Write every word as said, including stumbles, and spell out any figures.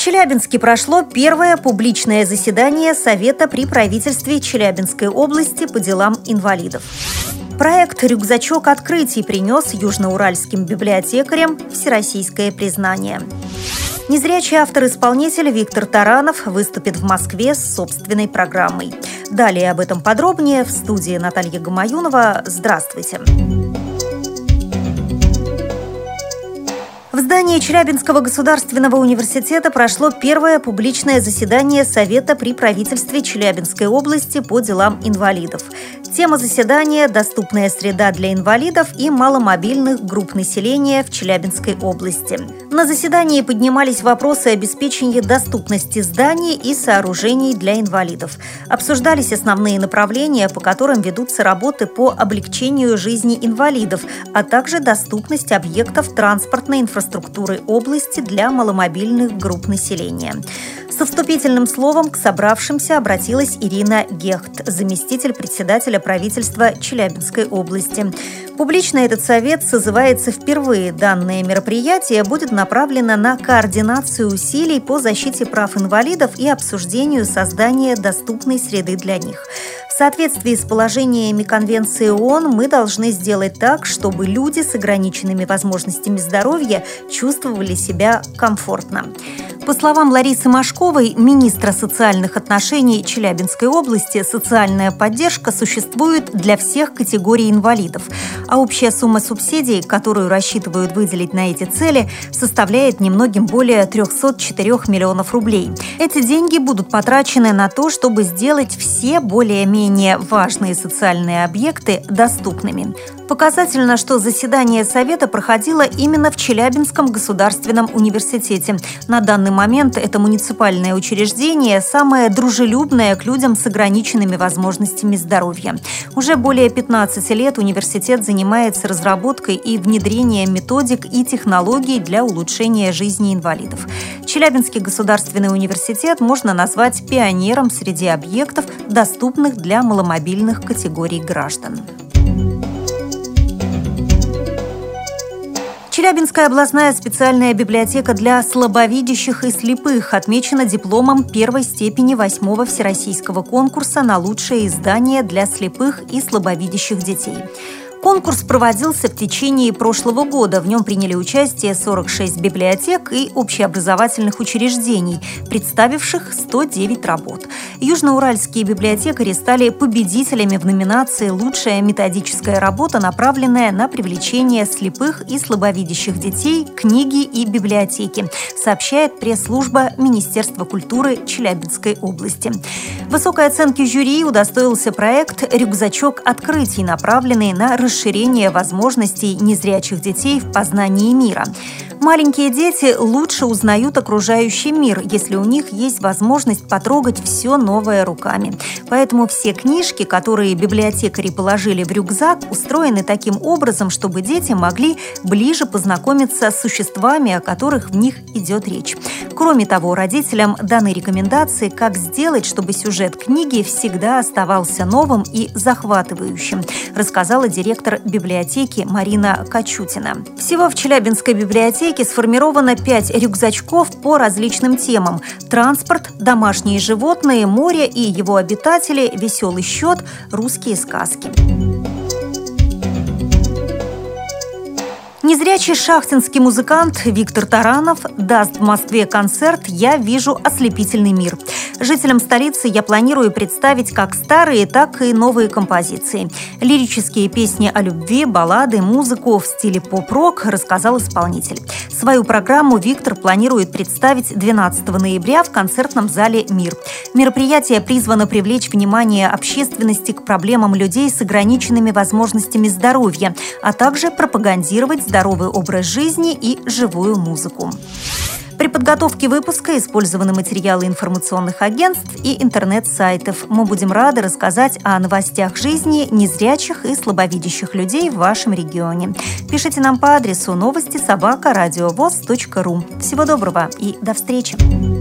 Челябинске прошло первое публичное заседание Совета при правительстве Челябинской области по делам инвалидов. Проект «Рюкзачок открытий» принес южноуральским библиотекарям всероссийское признание. Незрячий автор-исполнитель Виктор Таранов выступит в Москве с собственной программой. Далее об этом подробнее в студии Наталья Гамаюнова. Здравствуйте! В здании Челябинского государственного университета прошло первое публичное заседание Совета при правительстве Челябинской области по делам инвалидов. Тема заседания – «Доступная среда для инвалидов и маломобильных групп населения в Челябинской области». На заседании поднимались вопросы обеспечения доступности зданий и сооружений для инвалидов. Обсуждались основные направления, по которым ведутся работы по облегчению жизни инвалидов, а также доступность объектов транспортной инфраструктуры области для маломобильных групп населения. Со вступительным словом к собравшимся обратилась Ирина Гехт, заместитель председателя правительства Челябинской области. Публично этот совет созывается впервые. Данное мероприятие будет направлено на координацию усилий по защите прав инвалидов и обсуждению создания доступной среды для них. В соответствии с положениями Конвенции ООН мы должны сделать так, чтобы люди с ограниченными возможностями здоровья чувствовали себя комфортно. По словам Ларисы Машковой, министра социальных отношений Челябинской области, социальная поддержка существует для всех категорий инвалидов, а общая сумма субсидий, которую рассчитывают выделить на эти цели, составляет немногим более триста четыре миллионов рублей. Эти деньги будут потрачены на то, чтобы сделать все более-менее важные социальные объекты доступными. Показательно, что заседание Совета проходило именно в Челябинском государственном университете. На данный момент это муниципальное учреждение самое дружелюбное к людям с ограниченными возможностями здоровья. Уже более пятнадцати лет университет занимается разработкой и внедрением методик и технологий для улучшения жизни инвалидов. Челябинский государственный университет можно назвать пионером среди объектов, доступных для маломобильных категорий граждан. Челябинская областная специальная библиотека для слабовидящих и слепых отмечена дипломом первой степени восьмого всероссийского конкурса на лучшее издание для слепых и слабовидящих детей. Конкурс проводился в течение прошлого года. В нем приняли участие сорок шесть библиотек и общеобразовательных учреждений, представивших сто девять работ. Южноуральские библиотекари стали победителями в номинации «Лучшая методическая работа, направленная на привлечение слепых и слабовидящих детей, книги и библиотеки», сообщает пресс-служба Министерства культуры Челябинской области. Высокой оценки жюри удостоился проект «Рюкзачок открытий», направленный на расширение возможностей незрячих детей в познании мира. Маленькие дети лучше узнают окружающий мир, если у них есть возможность потрогать все новое руками. Поэтому все книжки, которые библиотекари положили в рюкзак, устроены таким образом, чтобы дети могли ближе познакомиться с существами, о которых в них идет речь. Кроме того, родителям даны рекомендации, как сделать, чтобы сюжет книги всегда оставался новым и захватывающим, рассказала директор библиотеки Марина Качутина. Всего в Челябинской библиотеке сформировано пять рюкзачков по различным темам: транспорт, домашние животные, море и его обитатели, веселый счет, русские сказки. Незрячий шахтинский музыкант Виктор Таранов даст в Москве концерт «Я вижу ослепительный мир». Жителям столицы я планирую представить как старые, так и новые композиции. Лирические песни о любви, баллады, музыку в стиле поп-рок, рассказал исполнитель. Свою программу Виктор планирует представить двенадцатого ноября в концертном зале «Мир». Мероприятие призвано привлечь внимание общественности к проблемам людей с ограниченными возможностями здоровья, а также пропагандировать здоровый образ жизни и живую музыку. При подготовке выпуска использованы материалы информационных агентств и интернет-сайтов. Мы будем рады рассказать о новостях жизни незрячих и слабовидящих людей в вашем регионе. Пишите нам по адресу новости собака радиовоз точка ру. Всего доброго и до встречи!